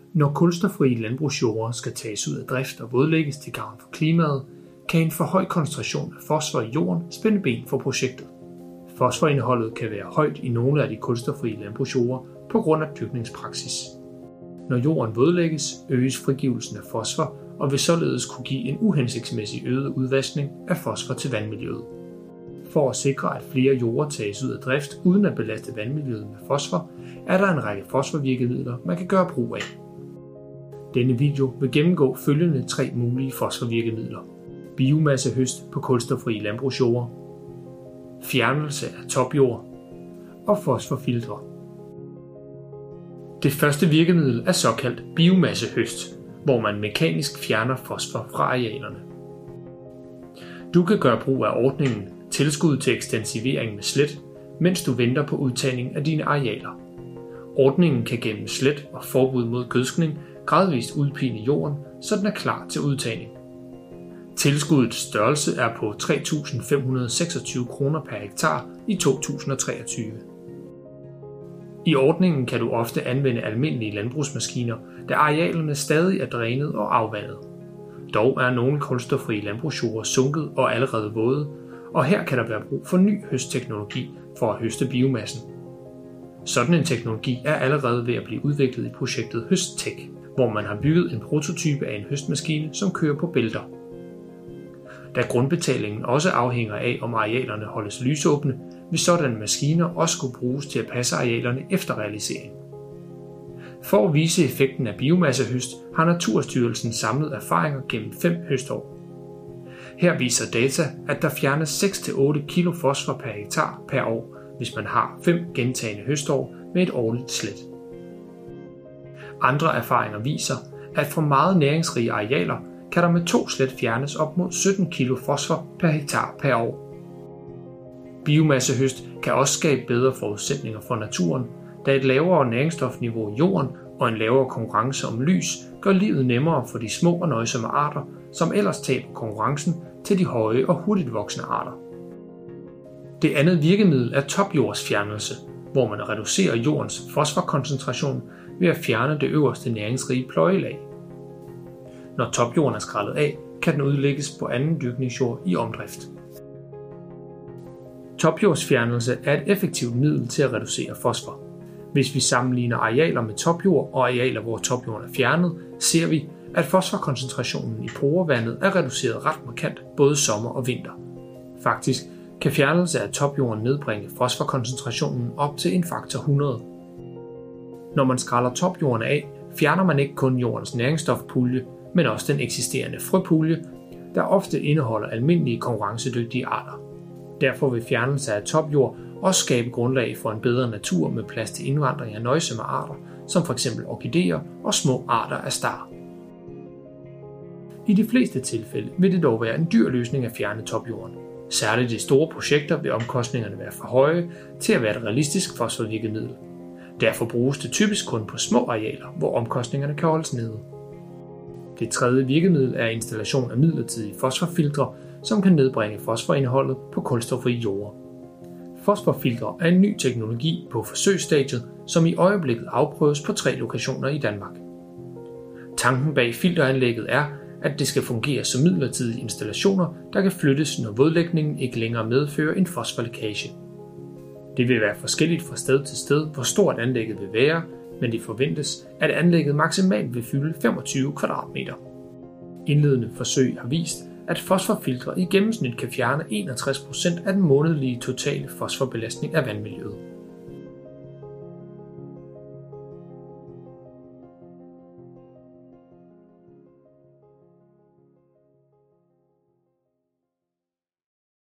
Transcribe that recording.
Når kulstofrige landbrugsjorder skal tages ud af drift og vådlægges til gavn for klimaet, kan en for høj koncentration af fosfor i jorden spænde ben for projektet. Fosforindholdet kan være højt i nogle af de kulstofrige landbrugsjorder på grund af dyrkningspraksis. Når jorden vådlægges, øges frigivelsen af fosfor og vil således kunne give en uhensigtsmæssig øget udvaskning af fosfor til vandmiljøet. For at sikre, at flere jorder tages ud af drift uden at belaste vandmiljøet med fosfor, er der en række fosforvirkemidler, man kan gøre brug af. Denne video vil gennemgå følgende 3 mulige fosforvirkemidler: biomassehøst på kulstofrige landbrugsjorder, fjernelse af topjord og fosforfiltre. Det første virkemiddel er såkaldt biomassehøst, hvor man mekanisk fjerner fosfor fra arealerne. Du kan gøre brug af ordningen tilskud til ekstensivering med slet, mens du venter på udtagning af dine arealer. Ordningen kan gennem slet og forbud mod gødskning gradvist udpine jorden, så den er klar til udtagning. Tilskuddets størrelse er på 3.526 kroner per hektar i 2023. I ordningen kan du ofte anvende almindelige landbrugsmaskiner, da arealerne stadig er drænet og afvandet. Dog er nogle kulstofrige landbrugsjorder sunket og allerede våde, og her kan der være brug for ny høstteknologi for at høste biomassen. Sådan en teknologi er allerede ved at blive udviklet i projektet HøstTech, hvor man har bygget en prototype af en høstmaskine, som kører på bælter. Da grundbetalingen også afhænger af, om arealerne holdes lysåbne, vil sådanne maskiner også skulle bruges til at passe arealerne efter realisering. For at vise effekten af biomassehøst har Naturstyrelsen samlet erfaringer gennem 5 høstår. Her viser data, at der fjernes 6-8 kg fosfor per hektar per år, hvis man har 5 gentagne høstår med et årligt slet. Andre erfaringer viser, at fra meget næringsrige arealer kan der med 2 slet fjernes op mod 17 kg fosfor per hektar per år. Biomassehøst kan også skabe bedre forudsætninger for naturen, da et lavere næringsstofniveau i jorden og en lavere konkurrence om lys gør livet nemmere for de små og nøjsomme arter, som ellers taber konkurrencen til de høje og hurtigt voksende arter. Det andet virkemiddel er topjordsfjernelse, hvor man reducerer jordens fosforkoncentration ved at fjerne det øverste næringsrige pløjelag. Når topjorden er skrællet af, kan den udlægges på anden dyrkningsjord i omdrift. Topjordsfjernelse er et effektivt middel til at reducere fosfor. Hvis vi sammenligner arealer med topjord og arealer, hvor topjorden er fjernet, ser vi, at fosforkoncentrationen i porevandet er reduceret ret markant både sommer og vinter. Faktisk kan fjernelse af topjorden nedbringe fosforkoncentrationen op til en faktor 100. Når man skræller topjorden af, fjerner man ikke kun jordens næringsstofpulje, men også den eksisterende frøpulje, der ofte indeholder almindelige konkurrencedygtige arter. Derfor vil fjernelse af topjord også skabe grundlag for en bedre natur med plads til indvandring af nøjsomme arter, som f.eks. orkideer og små arter af star. I de fleste tilfælde vil det dog være en dyr løsning at fjerne topjorden. Særligt i store projekter vil omkostningerne være for høje til at være et realistisk fosforvirkemiddel. Derfor bruges det typisk kun på små arealer, hvor omkostningerne kan holdes nede. Det tredje virkemiddel er installation af midlertidige fosforfiltre, som kan nedbringe fosforindholdet på kulstofrige jorder. Fosforfiltre er en ny teknologi på forsøgsstadiet, som i øjeblikket afprøves på 3 lokationer i Danmark. Tanken bag filteranlægget er, at det skal fungere som midlertidige installationer, der kan flyttes, når vådlægningen ikke længere medfører en fosforlækage. Det vil være forskelligt fra sted til sted, hvor stort anlægget vil være, men det forventes, at anlægget maksimalt vil fylde 25 kvadratmeter. Indledende forsøg har vist, at fosforfiltre i gennemsnit kan fjerne 61% af den månedlige totale fosforbelastning af vandmiljøet.